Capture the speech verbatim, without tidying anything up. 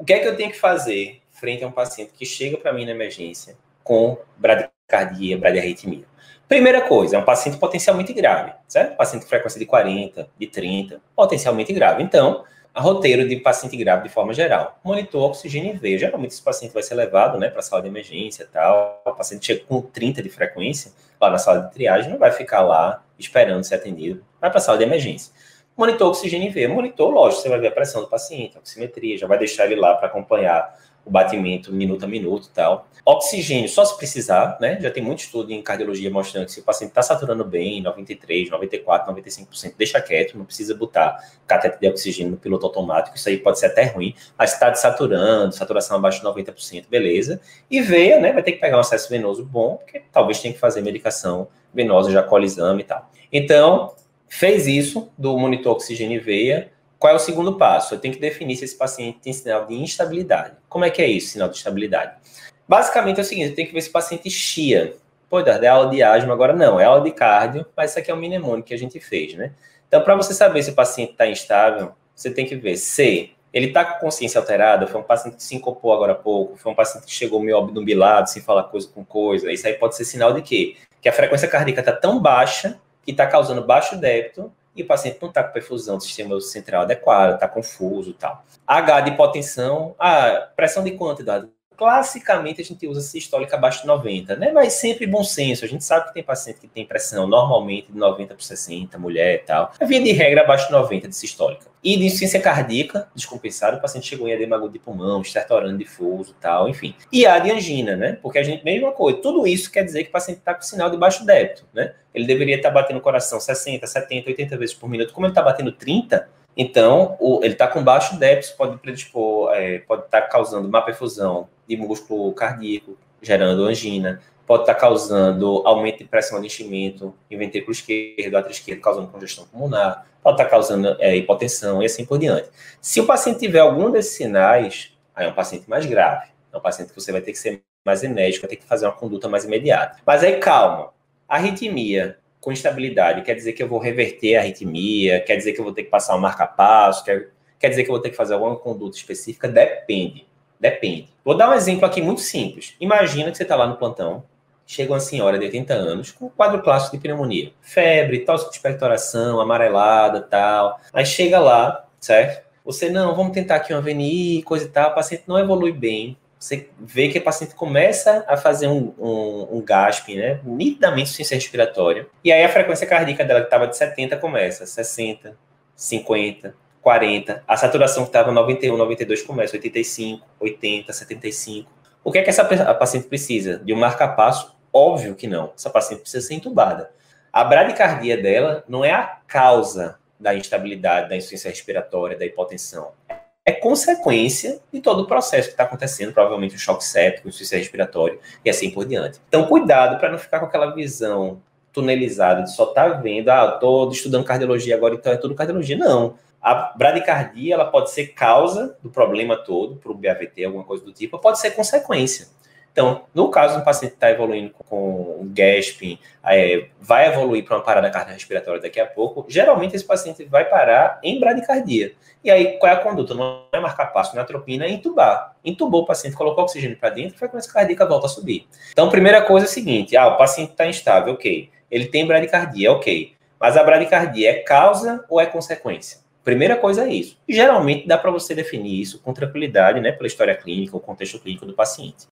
que é que eu tenho que fazer frente a um paciente que chega para mim na emergência com bradicardia, bradiarritmia? Primeira coisa, é um paciente potencialmente grave, certo? Paciente com frequência de quarenta, de trinta, potencialmente grave. Então, a roteiro de paciente grave de forma geral. Monitor, oxigênio e veia. Geralmente esse paciente vai ser levado, né, para a sala de emergência e tal. O paciente chega com trinta de frequência lá na sala de triagem, não vai ficar lá esperando ser atendido. Vai para a sala de emergência. Monitor, oxigênio e veia. Monitor, lógico, você vai ver a pressão do paciente, a oximetria, já vai deixar ele lá para acompanhar o batimento minuto a minuto e tal. Oxigênio, só se precisar, né? Já tem muito estudo em cardiologia mostrando que se o paciente está saturando bem, noventa e três, noventa e quatro, noventa e cinco por cento, deixa quieto, não precisa botar cateter de oxigênio no piloto automático, isso aí pode ser até ruim, mas está desaturando, saturação abaixo de noventa por cento, beleza. E veia, né? Vai ter que pegar um acesso venoso bom, porque talvez tenha que fazer medicação venosa, já colexame e tal. Então, fez isso do monitor oxigênio e veia. Qual é o segundo passo? Eu tenho que definir se esse paciente tem sinal de instabilidade. Como é que é isso, sinal de instabilidade? Basicamente é o seguinte, eu tenho que ver se o paciente chia. Pô, é aula de asma, agora não, é aula de cardio, mas isso aqui é um mnemônico que a gente fez, né? Então, para você saber se o paciente está instável, você tem que ver se ele está com consciência alterada, foi um paciente que se sincopou agora há pouco, foi um paciente que chegou meio obnubilado, sem falar coisa com coisa. Isso aí pode ser sinal de quê? Que a frequência cardíaca está tão baixa que está causando baixo débito e o paciente não está com perfusão do sistema central adequada, está confuso e tal. H de hipotensão, a pressão de quanto, Eduardo? Classicamente a gente usa sistólica abaixo de noventa, né? Mas sempre bom senso. A gente sabe que tem paciente que tem pressão normalmente de noventa por sessenta, mulher e tal. A via de regra abaixo de noventa de sistólica. E de insuficiência cardíaca descompensada, o paciente chegou em edema agudo de pulmão, estertorando difuso e tal, enfim. E a de angina, né? Porque a gente, mesma coisa, tudo isso quer dizer que o paciente está com sinal de baixo débito, né? Ele deveria estar batendo o coração sessenta, setenta, oitenta vezes por minuto. Como ele está batendo trinta, então o, ele está com baixo débito, pode predispor, é, pode estar causando má perfusão de músculo cardíaco, gerando angina, pode estar causando aumento de pressão de enchimento em ventrículo esquerdo, átrio esquerdo, causando congestão pulmonar, pode estar causando é, hipotensão e assim por diante. Se o paciente tiver algum desses sinais, aí é um paciente mais grave, é um paciente que você vai ter que ser mais enérgico, vai ter que fazer uma conduta mais imediata. Mas aí, calma, arritmia com instabilidade quer dizer que eu vou reverter a arritmia, quer dizer que eu vou ter que passar um marca-passo, quer, quer dizer que eu vou ter que fazer alguma conduta específica? Depende. Depende. Vou dar um exemplo aqui muito simples. Imagina que você está lá no plantão, chega uma senhora de oitenta anos com um quadro clássico de pneumonia. Febre, tosse com expectoração, amarelada, tal. Aí chega lá, certo? Você, não, vamos tentar aqui uma V N I, coisa e tal. O paciente não evolui bem. Você vê que o paciente começa a fazer um, um, um gasp, né? Nitidamente insuficiência respiratória. E aí a frequência cardíaca dela, que estava de setenta, começa sessenta, cinquenta, quarenta, a saturação que estava noventa e um, noventa e dois começa, oitenta e cinco, oitenta, setenta e cinco. O que é que essa paciente precisa? De um marca-passo? Óbvio que não. Essa paciente precisa ser entubada. A bradicardia dela não é a causa da instabilidade, da insuficiência respiratória, da hipotensão. É consequência de todo o processo que está acontecendo, provavelmente um choque séptico, insuficiência respiratória e assim por diante. Então, cuidado para não ficar com aquela visão tunelizada de só estar tá vendo, ah, estou estudando cardiologia agora, então é tudo cardiologia. Não. A bradicardia, ela pode ser causa do problema todo, para o B A V T, alguma coisa do tipo, ou pode ser consequência. Então, no caso de um paciente que está evoluindo com um gasping, é, vai evoluir para uma parada cardiorrespiratória daqui a pouco, geralmente esse paciente vai parar em bradicardia. E aí, qual é a conduta? Não é marcar passo na atropina, é entubar. Entubou o paciente, colocou oxigênio para dentro, a frequência cardíaca volta a subir. Então, primeira coisa é a seguinte, ah, o paciente está instável, ok. Ele tem bradicardia, ok. Mas a bradicardia é causa ou é consequência? Primeira coisa é isso. E, geralmente dá para você definir isso com tranquilidade, né, pela história clínica, o contexto clínico do paciente.